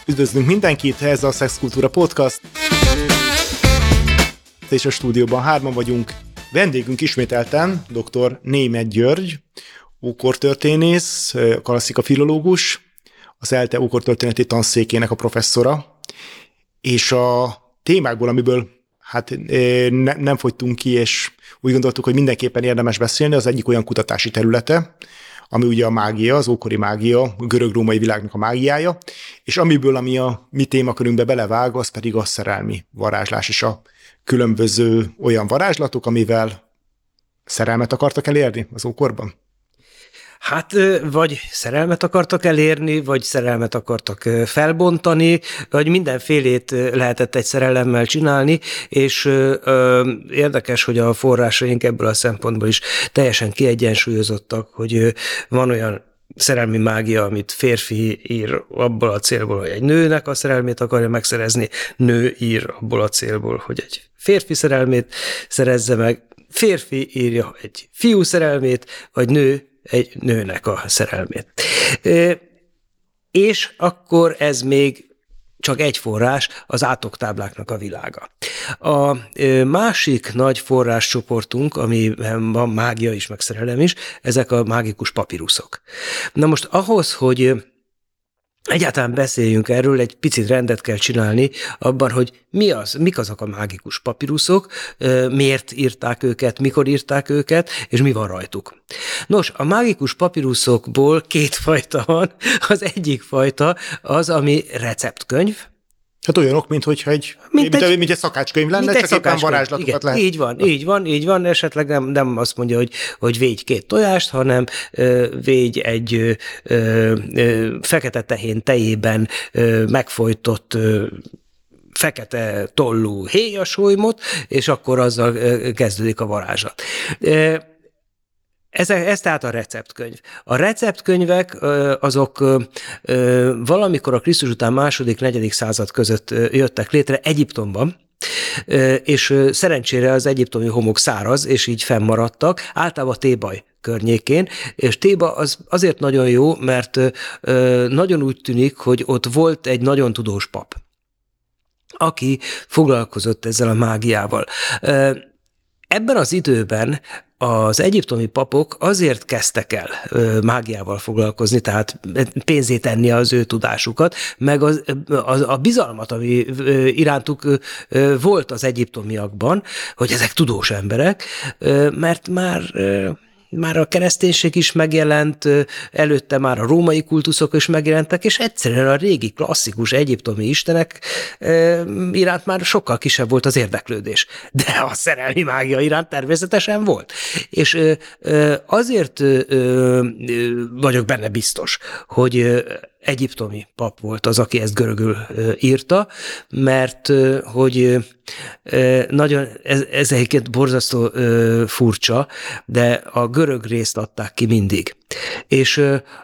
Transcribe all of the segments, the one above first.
Üdvözlünk mindenkit, ez a Szexkultúra Podcast. És a stúdióban 3 vagyunk. Vendégünk ismételten dr. Németh György, ókortörténész, klasszika filológus, az ELTE ókortörténeti tanszékének a professzora, és a témákból, amiből nem fogytunk ki, és úgy gondoltuk, hogy mindenképpen érdemes beszélni, az egyik olyan kutatási területe, ami ugye a mágia, az ókori mágia, a görög-római világnak a mágiája, és amiből, ami a mi témakörünkbe belevág, az pedig a szerelmi varázslás és a különböző olyan varázslatok, amivel szerelmet akartak elérni az ókorban? Hát vagy szerelmet akartak elérni, vagy szerelmet akartak felbontani, vagy mindenfélét lehetett egy szerelemmel csinálni, és érdekes, hogy a forrásaink ebből a szempontból is teljesen kiegyensúlyozottak, hogy van olyan szerelmi mágia, amit férfi ír abból a célból, hogy egy nőnek a szerelmét akarja megszerezni, nő ír abból a célból, hogy egy férfi szerelmét szerezze meg, férfi írja egy fiú szerelmét, vagy nő egy nőnek a szerelmét. És akkor ez még csak egy forrás, az átoktábláknak a világa. A másik nagy forráscsoportunk, amiben van mágia is, meg szerelem is, ezek a mágikus papiruszok. Na most ahhoz, hogy egyáltalán beszéljünk erről, egy picit rendet kell csinálni abban, hogy mik azok a mágikus papiruszok, miért írták őket, mikor írták őket, és mi van rajtuk. Nos, a mágikus papiruszokból 2 fajta van. Az egyik fajta az, ami receptkönyv. Hát olyanok, mintha mint egy szakácskönyv lenne, csak éppen varázslatokat lehet. Így van, esetleg nem azt mondja, hogy védj 2 tojást, hanem védj egy fekete tehén tejében megfojtott fekete tollú héjasolymot, és akkor azzal kezdődik a varázslat. Ez tehát a receptkönyv. A receptkönyvek azok valamikor a Krisztus után 2.-4. század között jöttek létre Egyiptomban, és szerencsére az egyiptomi homok száraz, és így fennmaradtak, általában Tébaj környékén, és Téba az azért nagyon jó, mert nagyon úgy tűnik, hogy ott volt egy nagyon tudós pap, aki foglalkozott ezzel a mágiával. Ebben az időben az egyiptomi papok azért kezdtek el mágiával foglalkozni, tehát pénzé tenni az ő tudásukat, meg a bizalmat, ami irántuk volt az egyiptomiakban, hogy ezek tudós emberek, mert már a kereszténység is megjelent, előtte már a római kultuszok is megjelentek, és egyszerűen a régi klasszikus egyiptomi istenek iránt már sokkal kisebb volt az érdeklődés. De a szerelmi mágia iránt természetesen volt. És azért vagyok benne biztos, hogy egyiptomi pap volt az, aki ezt görögül írta, mert hogy nagyon, ez egyébként borzasztó furcsa, de a görög részt adták ki mindig. És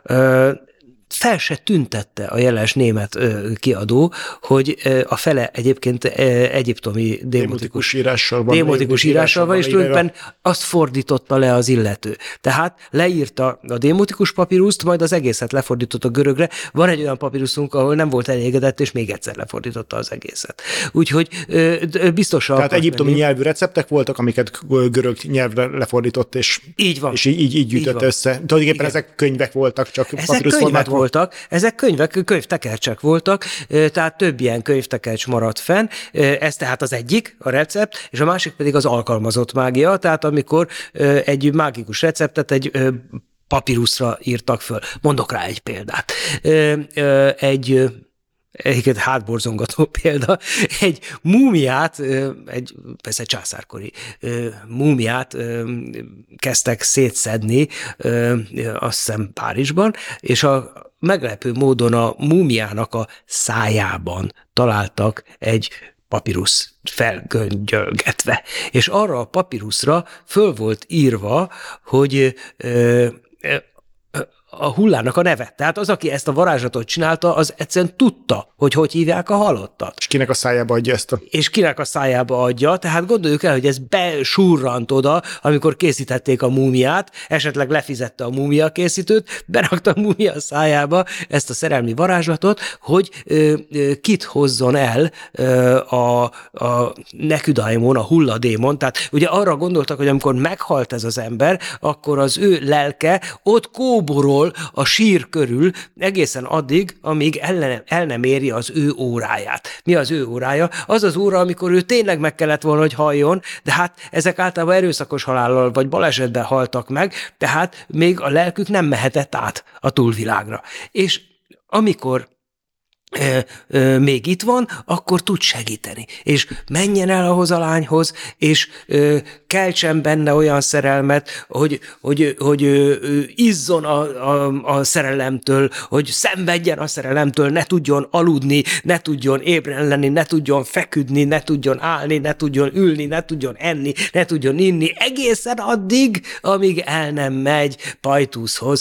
fel se tüntette a jeles német kiadó, hogy a fele egyébként egyiptomi démotikus írással van, és tulajdonképpen azt fordította le az illető. Tehát leírta a démotikus papíruszt, majd az egészet lefordította görögre. Van egy olyan papíruszunk, ahol nem volt elégedett, és még egyszer lefordította az egészet. Úgyhogy biztosan... Tehát egyiptomi nyelvű receptek voltak, amiket görög nyelvre lefordított, és így van. És így gyűjtötte össze. Tulajdonképpen ezek könyvek voltak, csak papíruszformát voltak. Ezek könyvtekercsek voltak, tehát több ilyen könyvtekercs maradt fenn. Ez tehát az egyik, a recept, és a másik pedig az alkalmazott mágia, tehát amikor egy mágikus receptet egy papíruszra írtak föl. Mondok rá egy példát. Egyébként hátborzongató példa, egy múmiát, persze császárkori múmiát kezdtek szétszedni, azt hiszem Párizsban, és a meglepő módon a múmiának a szájában találtak egy papírusz felgöngyölgetve, és arra a papíruszra föl volt írva, hogy a hullának a neve. Tehát az, aki ezt a varázslatot csinálta, az egyszerűen tudta, hogy hívják a halottat. És kinek a szájába adja ezt a... És kinek a szájába adja, tehát gondoljuk el, hogy ez besurrant oda, amikor készítették a múmiát, esetleg lefizette a múmia készítőt, berakta a múmia szájába ezt a szerelmi varázslatot, hogy kit hozzon el a neküdaimon, a hulladémon. Tehát ugye arra gondoltak, hogy amikor meghalt ez az ember, akkor az ő lelke ott kóborol a sír körül egészen addig, amíg el nem éri az ő óráját. Mi az ő órája? Az az óra, amikor ő tényleg meg kellett volna, hogy halljon, de hát ezek általában erőszakos halállal vagy balesetben haltak meg, tehát még a lelkük nem mehetett át a túlvilágra. És amikor még itt van, akkor tud segíteni. És menjen el ahhoz a lányhoz, és keltsen benne olyan szerelmet, hogy izzon a szerelemtől, hogy szenvedjen a szerelemtől, ne tudjon aludni, ne tudjon ébren lenni, ne tudjon feküdni, ne tudjon állni, ne tudjon ülni, ne tudjon enni, ne tudjon inni, egészen addig, amíg el nem megy Pajtuszhoz,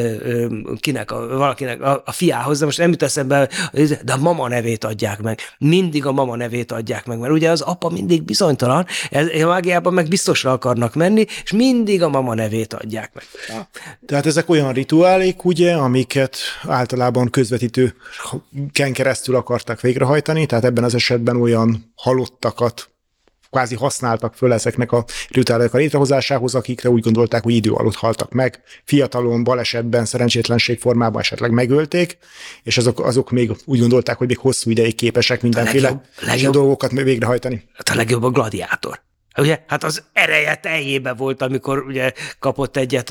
valakinek a fiához, de most nem jut eszembe, de a mama nevét adják meg. Mindig a mama nevét adják meg, mert ugye az apa mindig bizonytalan, a mágiában meg biztosra akarnak menni, és mindig a mama nevét adják meg. Tehát ezek olyan rituálék, ugye, amiket általában közvetítőken keresztül akartak végrehajtani, tehát ebben az esetben olyan halottakat kvázi használtak föl ezeknek a rituálok a létrehozásához, akikre úgy gondolták, hogy idő alatt haltak meg, fiatalon, balesetben, szerencsétlenség formában esetleg megölték, és azok még úgy gondolták, hogy még hosszú ideig képesek mindenféle dolgokat végrehajtani. Hát a legjobb a gladiátor. Ugye, hát az ereje teljébe volt, amikor ugye kapott egyet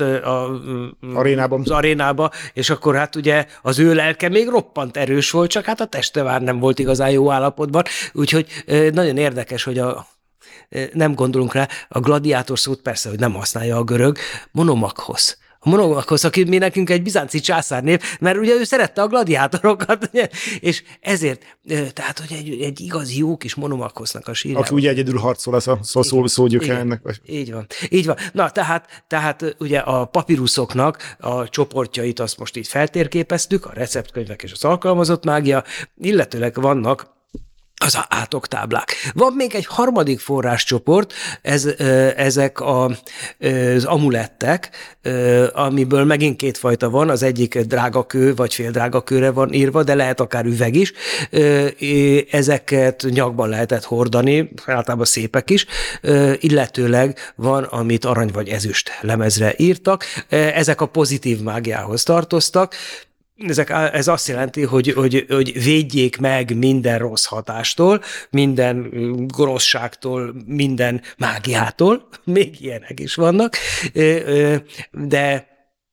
az arénába, és akkor hát ugye az ő lelke még roppant erős volt, csak hát a teste már nem volt igazán jó állapotban, úgyhogy nagyon érdekes, hogy nem gondolunk rá, a gladiátor szót persze, hogy nem használja a görög, Monomakhosz. A Monomakhosz, aki mi nekünk egy bizánci császárnév, mert ugye ő szerette a gladiátorokat, ugye? És ezért, tehát, hogy egy igazi jó kis Monomakhosznak a sírjában. Aki ugye egyedül harcol, az a szógyöke ennek. Így van. Na, tehát ugye a papiruszoknak a csoportjait azt most így feltérképeztük, a receptkönyvek és az alkalmazott mágia, illetőleg vannak az átoktáblák. Van még egy harmadik forráscsoport, ezek az amulettek, amiből megint kétfajta van, az egyik drágakő vagy féldrágakőre van írva, de lehet akár üveg is. Ezeket nyakban lehetett hordani, általában szépek is, illetőleg van, amit arany vagy ezüst lemezre írtak. Ezek a pozitív mágiához tartoztak. Ez azt jelenti, hogy védjék meg minden rossz hatástól, minden gonoszságtól, minden mágiától, még ilyenek is vannak, de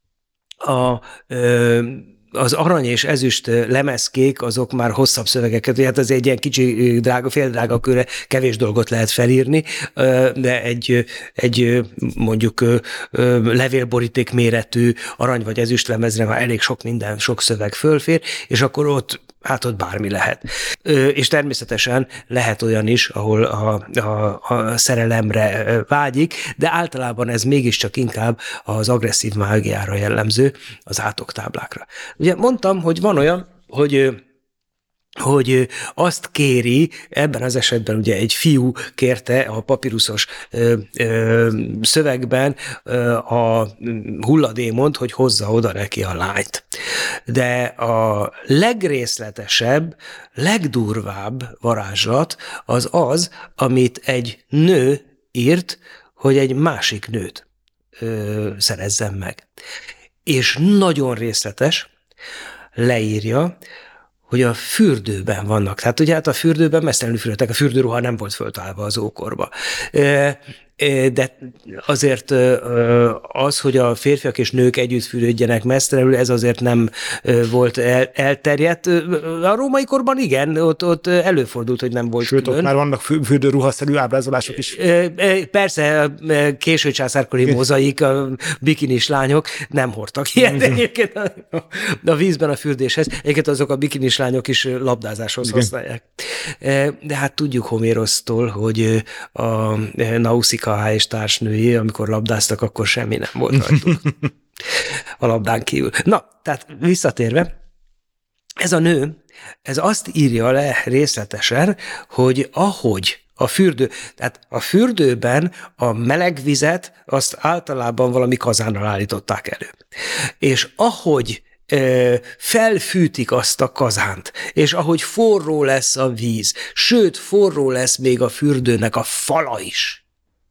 az arany és ezüst lemezkék, azok már hosszabb szövegeket, hát az egy ilyen kicsi féldrága körre kevés dolgot lehet felírni, de egy mondjuk levélboríték méretű arany vagy ezüst lemezre már elég sok szöveg fölfér, és akkor ott bármi lehet. És természetesen lehet olyan is, ahol a szerelemre vágyik, de általában ez mégiscsak inkább az agresszív mágiára jellemző, az átoktáblákra. Ugye mondtam, hogy van olyan, hogy azt kéri, ebben az esetben ugye egy fiú kérte a papiruszos szövegben a hulladémont, hogy hozza oda neki a lányt. De a legrészletesebb, legdurvább varázslat az, amit egy nő írt, hogy egy másik nőt szerezzen meg. És nagyon részletes, leírja, hogy a fürdőben vannak. Tehát ugye a fürdőben mesztelenül fürödtek, a fürdőruha nem volt föltalálva az ókorba. De azért az, hogy a férfiak és nők együtt fürödjenek mesztelenül, ez azért nem volt elterjedt. A római korban igen, ott előfordult, hogy nem volt. Sőt, külön. Ott már vannak fürdőruhaszerű ábrázolások is. Persze, késő császárkori mozaik, a bikinis lányok nem hordtak ilyet egyébként a vízben a fürdéshez. Egyébként azok a bikinis lányok is labdázáshoz használják. De hát tudjuk Homérosztól, hogy a Nausicaá és társnői, amikor labdáztak, akkor semmi nem volt rajtuk. a labdán kívül. Na, tehát visszatérve, ez a nő, ez azt írja le részletesen, hogy ahogy tehát a fürdőben a meleg vizet azt általában valami kazánnal állították elő. És ahogy felfűtik azt a kazánt, és ahogy forró lesz a víz, sőt, forró lesz még a fürdőnek a fala is,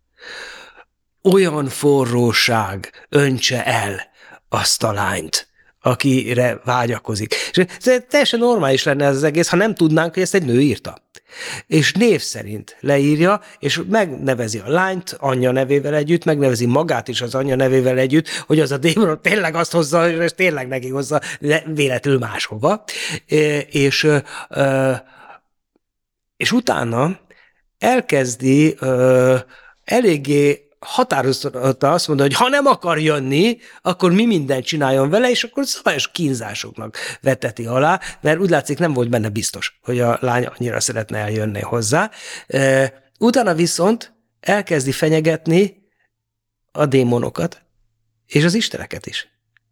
olyan forróság öntse el azt a lányt, akire vágyakozik. És teljesen normális lenne ez az egész, ha nem tudnánk, hogy ezt egy nő írta. És név szerint leírja, és megnevezi a lányt anyja nevével együtt, megnevezi magát is az anyja nevével együtt, hogy az a démon tényleg azt hozza, és tényleg neki hozza, véletlenül máshova. És utána elkezdi eléggé határozottan azt mondta, hogy ha nem akar jönni, akkor mi mindent csináljon vele, és akkor szabályos kínzásoknak veteti alá, mert úgy látszik nem volt benne biztos, hogy a lány annyira szeretne eljönni hozzá. Utána viszont elkezdi fenyegetni a démonokat, és az isteneket is.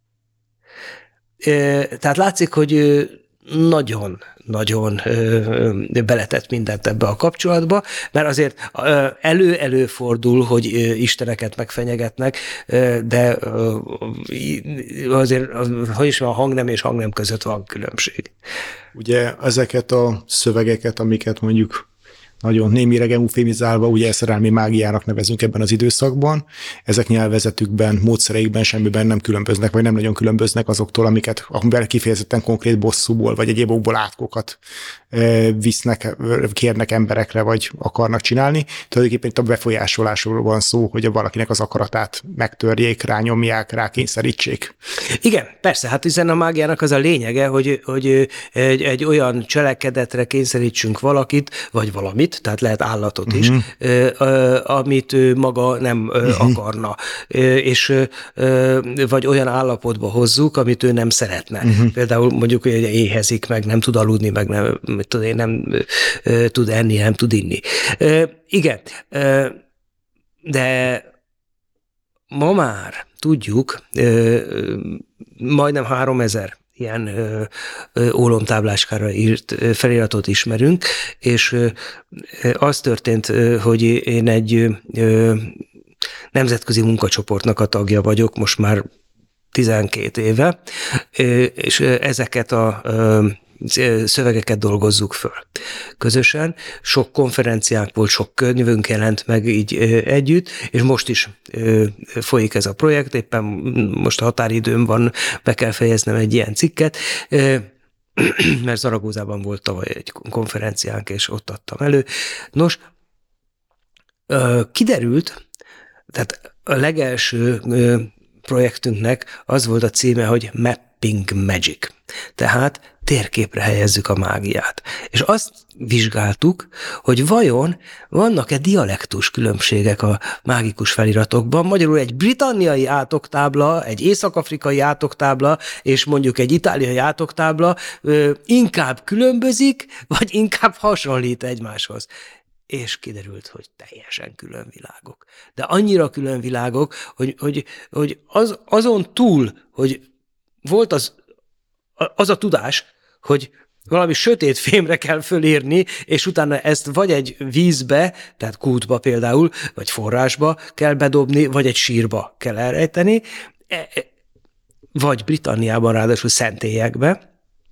Tehát látszik, hogy nagyon beletett mindent ebbe a kapcsolatba, mert azért előfordul, hogy isteneket megfenyegetnek, de azért, hogy is van, a hangnem és hangnem között van különbség. Ugye ezeket a szövegeket, amiket mondjuk nagyon némileg eufémizálva, ugye szerelmi mágiának nevezünk ebben az időszakban. Ezek nyelvezetükben, módszereikben semmiben nem különböznek, vagy nem nagyon különböznek azoktól, amiben kifejezetten konkrét bosszúból, vagy egyéb okból átkokat visznek, kérnek emberekre, vagy akarnak csinálni. Tulajdonképpen itt a befolyásolásról van szó, hogy valakinek az akaratát megtörjék, rányomják, rákényszerítsék. Igen, persze, hát hiszen a mágiának az a lényege, hogy egy olyan cselekedetre kényszerítsünk valakit, vagy valamit, tehát lehet állatot is, amit ő maga nem akarna, és vagy olyan állapotba hozzuk, amit ő nem szeretne. Például mondjuk, hogy éhezik, meg nem tud aludni, meg nem tud enni, nem tud inni. Igen, de ma már tudjuk, majdnem 3000 ilyen ólomtábláskára írt feliratot ismerünk, és az történt, hogy én egy nemzetközi munkacsoportnak a tagja vagyok, most már 12 éve, és ezeket a szövegeket dolgozzuk föl közösen. Sok konferenciánk volt, sok könyvünk jelent meg így együtt, és most is folyik ez a projekt, éppen most határidőm van, be kell fejeznem egy ilyen cikket, mert Zaragozában volt tavaly egy konferenciánk, és ott adtam elő. Nos, kiderült, tehát a legelső projektünknek az volt a címe, hogy Mapping Magic. Tehát térképre helyezzük a mágiát. És azt vizsgáltuk, hogy vajon vannak-e dialektus különbségek a mágikus feliratokban. Magyarul egy britanniai átoktábla, egy észak-afrikai átoktábla, és mondjuk egy itáliai átoktábla inkább különbözik, vagy inkább hasonlít egymáshoz. És kiderült, hogy teljesen külön világok. De annyira külön világok, hogy azon túl, hogy volt az a tudás, hogy valami sötét fémre kell fölírni, és utána ezt vagy egy vízbe, tehát kútba például, vagy forrásba kell bedobni, vagy egy sírba kell elrejteni, vagy Britanniában ráadásul szentélyekbe.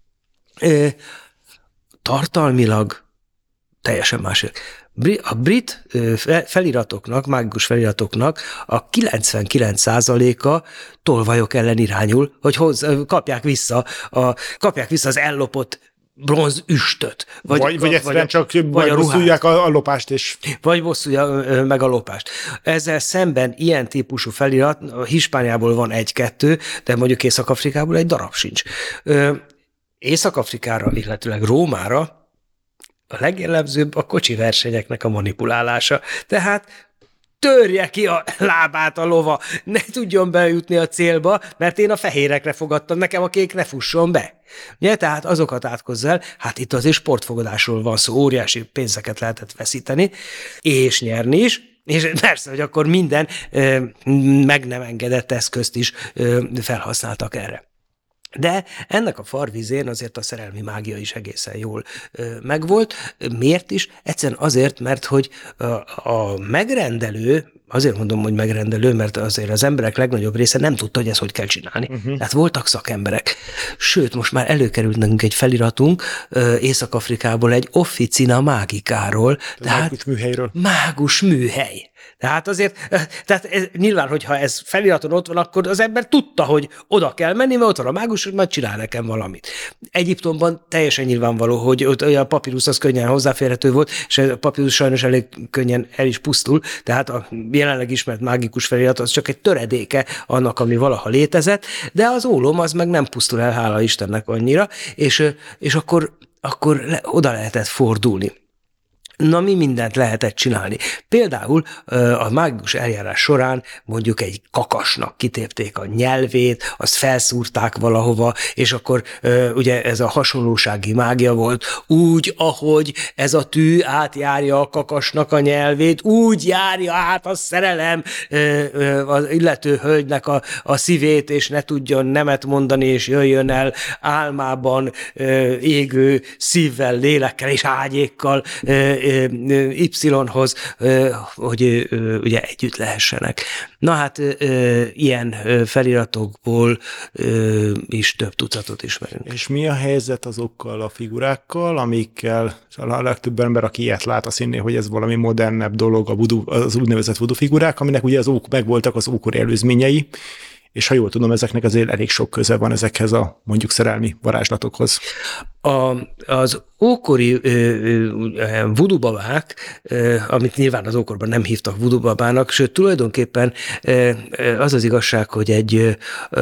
Tartalmilag teljesen más. A brit feliratoknak, mágikus feliratoknak a 99%-a tolvajok ellen irányul, hogy kapják vissza az ellopott bronz üstöt. Vagy egyszerűen csak bosszulják a lopást is. Vagy bosszulja meg a lopást. Ezzel szemben ilyen típusú felirat, Hispániából van 1-2, de mondjuk Észak-Afrikából egy darab sincs. Észak-Afrikára, illetőleg Rómára a legjellemzőbb a kocsi versenyeknek a manipulálása. Tehát törje ki a lábát a lova, ne tudjon bejutni a célba, mert én a fehérekre fogadtam, nekem a kék ne fusson be. Ugye? Tehát azokat átkozz el, hát itt azért sportfogadásról van szó, óriási pénzeket lehetett veszíteni, és nyerni is, És persze, hogy akkor minden meg nem engedett eszközt is felhasználtak erre. De ennek a farvizén azért a szerelmi mágia is egészen jól megvolt. Miért is? Egyszerűen azért, mert hogy a megrendelő, azért mondom, hogy megrendelő, mert azért az emberek legnagyobb része nem tudta, hogy ezt hogy kell csinálni. Tehát voltak szakemberek. Sőt, most már előkerült nekünk egy feliratunk Észak-Afrikából egy Officina Magikáról. Mágus műhelyről. Mágus műhely. Tehát azért, nyilván, hogyha ez feliraton ott van, akkor az ember tudta, hogy oda kell menni, mert ott van a mágus, hogy majd csinál nekem valamit. Egyiptomban teljesen nyilvánvaló, hogy ott a papírusz az könnyen hozzáférhető volt, és a papírusz sajnos elég könnyen el is pusztul, tehát a jelenleg ismert mágikus felirat az csak egy töredéke annak, ami valaha létezett, de az ólom az meg nem pusztul el, hála Istennek annyira, és akkor oda lehetett fordulni. Na, mi mindent lehetett csinálni. Például a mágikus eljárás során mondjuk egy kakasnak kitépték a nyelvét, azt felszúrták valahova, és akkor ugye ez a hasonlósági mágia volt, úgy, ahogy ez a tű átjárja a kakasnak a nyelvét, úgy járja át a szerelem az illető hölgynek a szívét, és ne tudjon nemet mondani, és jöjjön el álmában égő szívvel, lélekkel és ágyékkal Y-hoz, hogy ugye együtt lehessenek. Na hát ilyen feliratokból is több tucatot ismerünk. És mi a helyzet azokkal a figurákkal, amikkel a legtöbb ember, aki ilyet lát, azt hinné, hogy ez valami modernebb dolog, az úgynevezett voodoo figurák, aminek ugye megvoltak az ókori előzményei, és ha jól tudom, ezeknek azért elég sok köze van ezekhez a mondjuk szerelmi varázslatokhoz. Az ókori voodoo babák, amit nyilván az ókorban nem hívtak voodoo babának, sőt tulajdonképpen az az igazság, hogy egy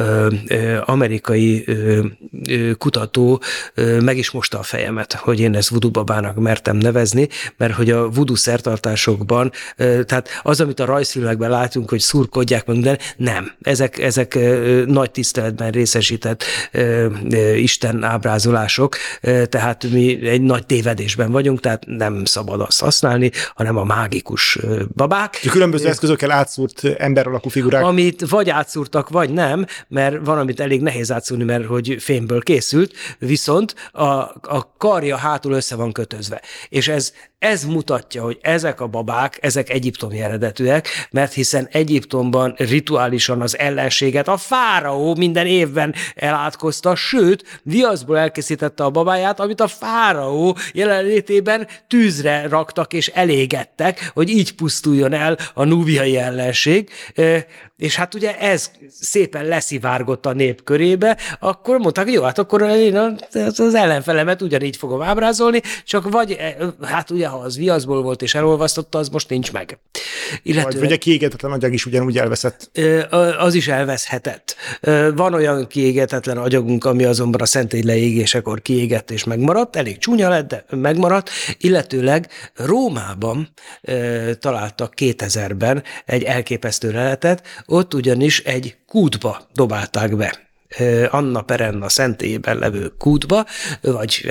amerikai kutató meg is mosta a fejemet, hogy én ezt voodoo babának mertem nevezni, mert hogy a voodoo szertartásokban, tehát az, amit a rajzfilmekben látunk, hogy szurkodják meg minden, nem. Ezek nagy tiszteletben részesített Isten ábrázolások, tehát mi egy nagy tévedésben vagyunk, tehát nem szabad azt használni, hanem a mágikus babák. A különböző eszközökkel átszúrt ember alakú figurák. Amit vagy átszúrtak, vagy nem, mert van, amit elég nehéz átszúrni, mert hogy fémből készült, viszont a karja hátul össze van kötözve. És ez mutatja, hogy ezek a babák, ezek egyiptomi eredetűek, mert hiszen Egyiptomban rituálisan az ellenséget a fáraó minden évben elátkozta, sőt, viaszból elkészítette a babáját, amit a fáraó jelenlétében tűzre raktak és elégettek, hogy így pusztuljon el a núbiai ellenség. És hát ugye ez szépen leszivárgott a nép körébe, akkor mondták, hogy jó, hát akkor én az ellenfelemet ugyanígy fogom ábrázolni, csak vagy, hát ugye, ha az viaszból volt és elolvasztotta, az most nincs meg. Vagy a kiégetetlen agyag is ugyanúgy elveszett. Az is elveszhetett. Van olyan kiégetetlen agyagunk, ami azonban a szentély leégésekor kiégett és megmaradt, elég csúnya lett, de megmaradt, illetőleg Rómában találtak 2000-ben egy elképesztő leletet, ott ugyanis egy kútba dobálták be. Anna Perenna szentélyében levő kútba, vagy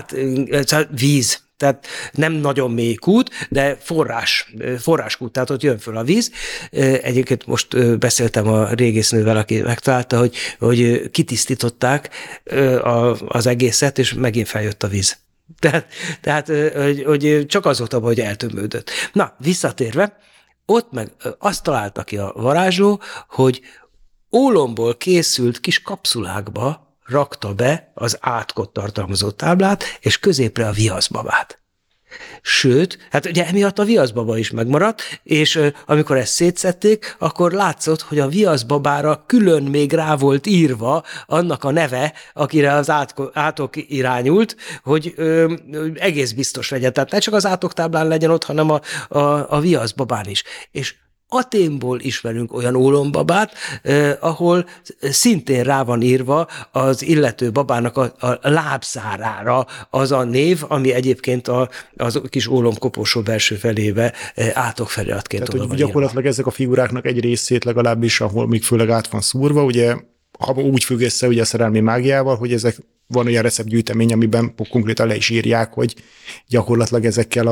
víz, tehát nem nagyon mély kút, de forráskút, tehát ott jön föl a víz. Egyébként most beszéltem a régésznővel, aki megtalálta, hogy kitisztították az egészet, és megint feljött a víz. Tehát hogy csak azóta, hogy eltömődött. Na, visszatérve, ott meg azt találta ki a varázsló, hogy ólomból készült kis kapszulákba rakta be az átkot tartalmazó táblát, és középre a viaszbabát. Sőt, hát ugye emiatt a viaszbaba is megmaradt, és amikor ezt szétszedték, akkor látszott, hogy a viaszbabára külön még rá volt írva annak a neve, akire az átok irányult, hogy egész biztos legyen. Tehát ne csak az átoktáblán legyen ott, hanem a viaszbabán is. És Athénból ismerünk olyan ólombabát, ahol szintén rá van írva az illető babának a lábszárára az a név, ami egyébként az kis ólomkoporsó belső felébe átokfeliratként oda van gyakorlatilag írva. Ezek a figuráknak egy részét legalábbis, ahol még főleg át van szúrva, ugye, ha úgy függ össze ugye a szerelmi mágiával, hogy van olyan receptgyűjtemény, amiben konkrétan le is írják, hogy gyakorlatilag ezekkel a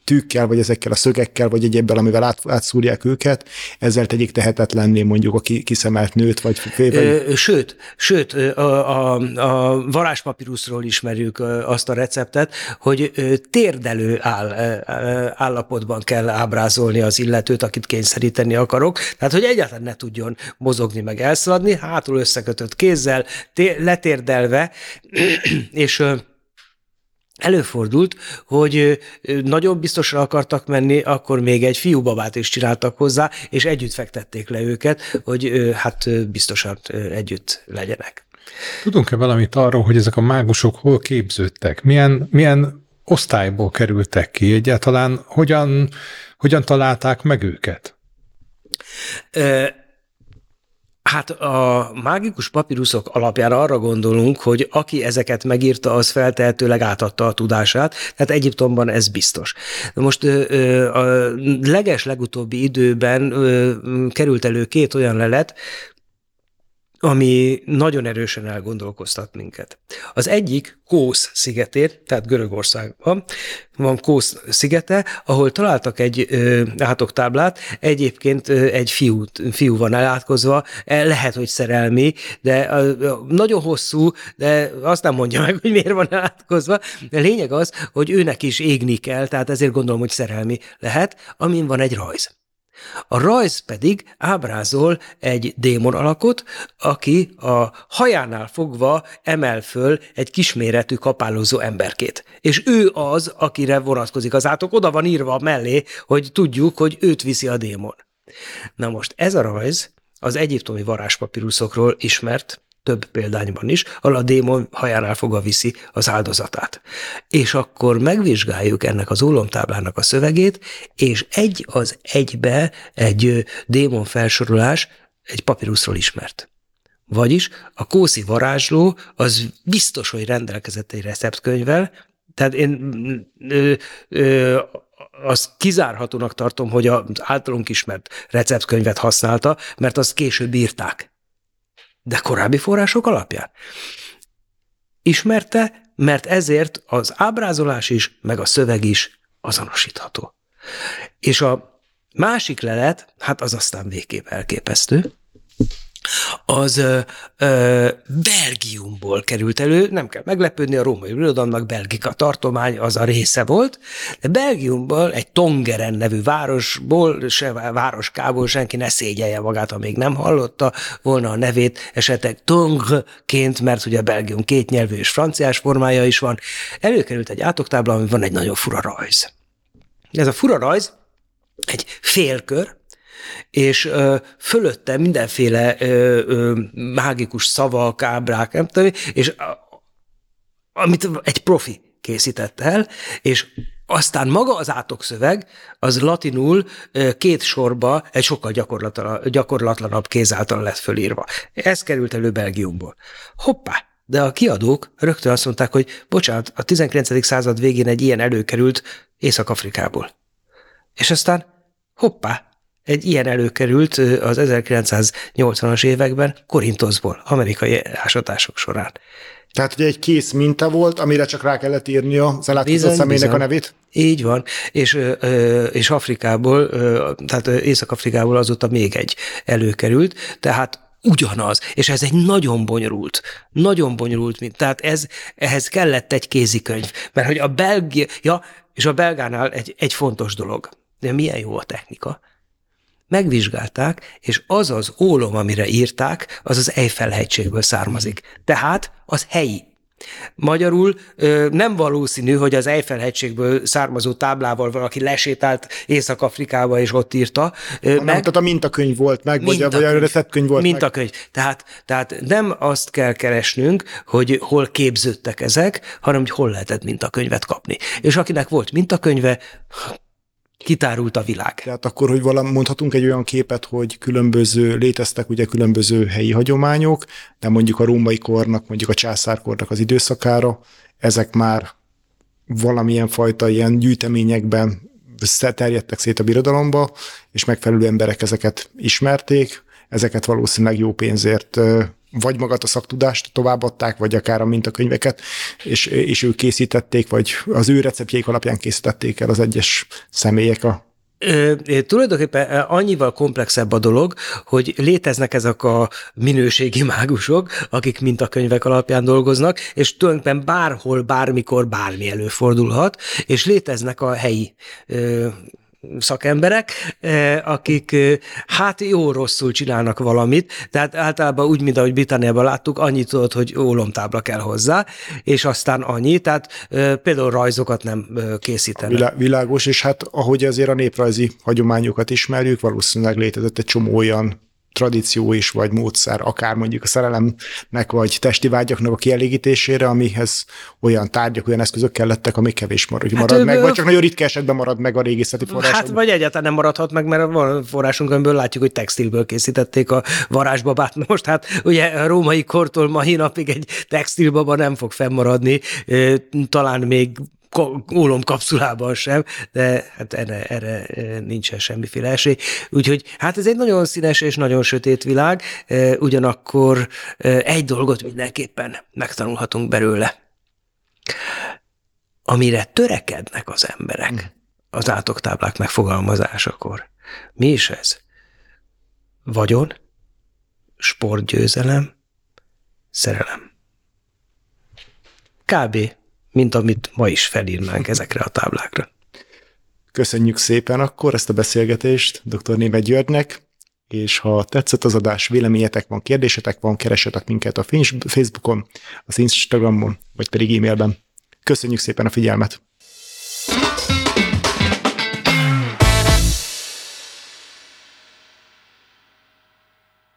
tűkkel, vagy ezekkel a szögekkel, vagy egyébben, amivel átszúrják őket, ezzel tegyék tehetetlenné mondjuk a kiszemelt nőt, vagy Sőt, a varázspapíruszról ismerjük azt a receptet, hogy térdelő állapotban kell ábrázolni az illetőt, akit kényszeríteni akarok, tehát hogy egyáltalán ne tudjon mozogni, meg elszaladni, hátul összekötött kézzel, letérdelve, és előfordult, hogy nagyon biztosra akartak menni, akkor még egy fiúbabát is csináltak hozzá, és együtt fektették le őket, hogy hát biztosan együtt legyenek. Tudunk-e valamit arról, hogy ezek a mágusok hol képződtek? Milyen osztályból kerültek ki? Egyáltalán hogyan találták meg őket? Hát a mágikus papíruszok alapján arra gondolunk, hogy aki ezeket megírta, az feltehetőleg átadta a tudását, tehát Egyiptomban ez biztos. Most a legutóbbi időben került elő 2 olyan lelet, ami nagyon erősen elgondolkoztat minket. Az egyik Kósz szigetén, tehát Görögországban van Kósz szigete, ahol találtak egy átoktáblát, egyébként egy fiú van elátkozva, lehet, hogy szerelmi, de nagyon hosszú, de azt nem mondja meg, hogy miért van elátkozva. A lényeg az, hogy őnek is égni kell, tehát ezért gondolom, hogy szerelmi lehet, amin van egy rajz. A rajz pedig ábrázol egy démon alakot, aki a hajánál fogva emel föl egy kisméretű kapálózó emberkét. És ő az, akire vonatkozik az átok. Oda van írva mellé, hogy tudjuk, hogy őt viszi a démon. Na most ez a rajz az egyiptomi varázspapíruszokról ismert, több példányban is, ahol a démon hajánál fogva viszi az áldozatát. És akkor megvizsgáljuk ennek az ólomtáblának a szövegét, és egy az egybe egy démon felsorolás egy papíruszról ismert. Vagyis a kószi varázsló az biztos, hogy rendelkezett egy receptkönyvvel, tehát én azt kizárhatónak tartom, hogy az általunk ismert receptkönyvet használta, mert azt később írták. De korábbi források alapján ismerte, mert ezért az ábrázolás is, meg a szöveg is azonosítható. És a másik lelet, hát az aztán végképp elképesztő, az Belgiumból került elő, nem kell meglepődni, a római birodalomnak Belgika tartomány az a része volt, de Belgiumból egy Tongeren nevű városból, városkából senki ne szégyelje magát, ha még nem hallotta volna a nevét, esetleg Tongreként, mert ugye Belgium kétnyelvű és franciás formája is van, előkerült egy átoktábla, ami van egy nagyon fura rajz. Ez a fura rajz egy félkör, és fölötte mindenféle mágikus szavak, ábrák, nem tudom, és amit egy profi készített el, és aztán maga az átokszöveg, az latinul 2 sorba egy sokkal gyakorlatlanabb kéz által lett fölírva. Ez került elő Belgiumból. Hoppá! De a kiadók rögtön azt mondták, hogy bocsánat, a 19. század végén egy ilyen előkerült Észak-Afrikából. És aztán hoppá! Egy ilyen előkerült az 1980-as években Korintoszból, amerikai ásatások során. Tehát ugye egy kész minta volt, amire csak rá kellett írni az elátkozott személynek a nevét? Így van, és Afrikából, tehát Észak-Afrikából azóta még egy előkerült, tehát ugyanaz, és ez egy nagyon bonyolult, tehát ehhez kellett egy kézikönyv, mert hogy a Belgia, és a belgánál egy fontos dolog, de milyen jó a technika. Megvizsgálták, és az az ólom, amire írták, az az Eiffel-hegységből származik. Tehát az helyi. Magyarul nem valószínű, hogy az Eiffel-hegységből származó táblával valaki lesétált Észak-Afrikába, és ott írta. Tehát a mintakönyv volt meg, vagy a receptkönyv volt mintakönyv. meg. Tehát nem azt kell keresnünk, hogy hol képződtek ezek, hanem hogy hol lehetett mintakönyvet kapni. És akinek volt mintakönyve, kitárult a világ. Tehát akkor, hogy mondhatunk egy olyan képet, hogy léteztek ugye különböző helyi hagyományok, de mondjuk a római kornak, mondjuk a császárkornak az időszakára, ezek már valamilyen fajta ilyen gyűjteményekben terjedtek szét a birodalomba, és megfelelő emberek ezeket ismerték, ezeket valószínűleg jó pénzért vagy magát a szaktudást továbbadták, vagy akár a mintakönyveket, és ők készítették, vagy az ő receptjeik alapján készítették el az egyes személyek Tulajdonképpen annyival komplexebb a dolog, hogy léteznek ezek a minőségi mágusok, akik mintakönyvek alapján dolgoznak, és tulajdonképpen bárhol, bármikor, bármi előfordulhat, és léteznek a helyi szakemberek, akik hát jó-rosszul csinálnak valamit, tehát általában úgy, mint ahogy Britanniában láttuk, annyit tudod, hogy ólomtábla kell hozzá, és aztán annyi, tehát például rajzokat nem készítenek. Világos, és hát ahogy azért a néprajzi hagyományokat ismerjük, valószínűleg létezett egy csomó olyan tradíció is, vagy módszer, akár mondjuk a szerelemnek, vagy testi vágyaknak a kielégítésére, amihez olyan tárgyak, olyan eszközök kellettek, amik kevés marad meg, vagy csak nagyon ritka esetben marad meg a régészeti forrásokból. Hát vagy egyáltalán nem maradhat meg, mert a forrásunkból látjuk, hogy textilből készítették a varázsbabát. Most hát ugye a római kortól mai napig egy textilbaba nem fog fennmaradni, talán még ólomkapszulában sem, de hát erre nincsen semmiféle esély. Úgyhogy hát ez egy nagyon színes és nagyon sötét világ, ugyanakkor egy dolgot mindenképpen megtanulhatunk belőle. Amire törekednek az emberek az átoktáblák megfogalmazásakor. Mi is ez? Vagyon, sportgyőzelem, szerelem. Kb. Mint amit ma is felírnánk ezekre a táblákra. Köszönjük szépen akkor ezt a beszélgetést dr. Németh Györgynek, és ha tetszett az adás, véleményetek van, kérdésetek van, keressetek minket a Facebookon, az Instagramon, vagy pedig e-mailben. Köszönjük szépen a figyelmet!